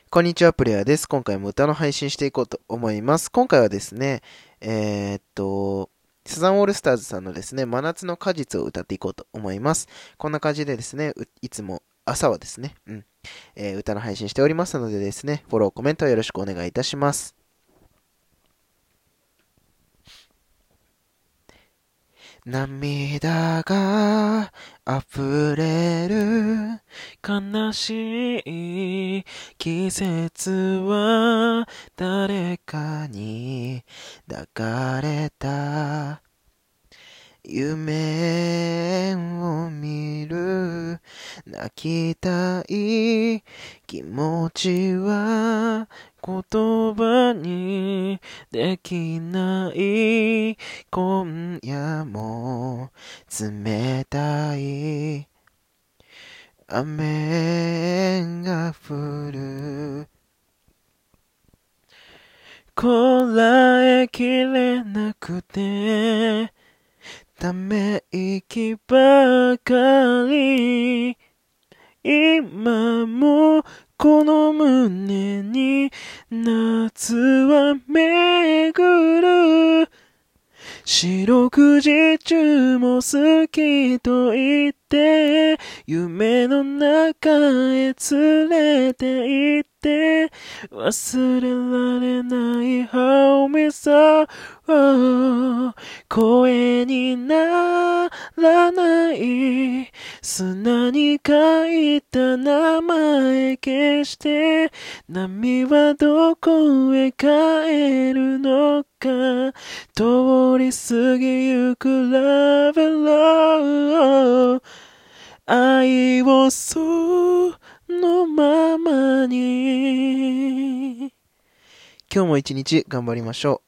こんにちは、プレイヤーです。今回も歌の配信していこうと思います。今回はですね、サザンオールスターズさんのですね、真夏の果実を歌っていこうと思います。こんな感じでですね、いつも朝はですね、歌の配信しておりますのでですね、フォロー、コメントよろしくお願いいたします。涙が溢れる悲しい季節は誰かに抱かれた夢を見る泣きたい気持ちは言葉にできない今夜も冷たい雨が降るこらえきれなくてため息ばかり今もこの胸に夏は巡る四六時中も好きと言って夢の中へ連れて行って忘れられない青みさ声にならない砂に書いた名前消して波はどこへ帰るのか通り過ぎゆくラブロー愛をそのままに今日も一日頑張りましょう。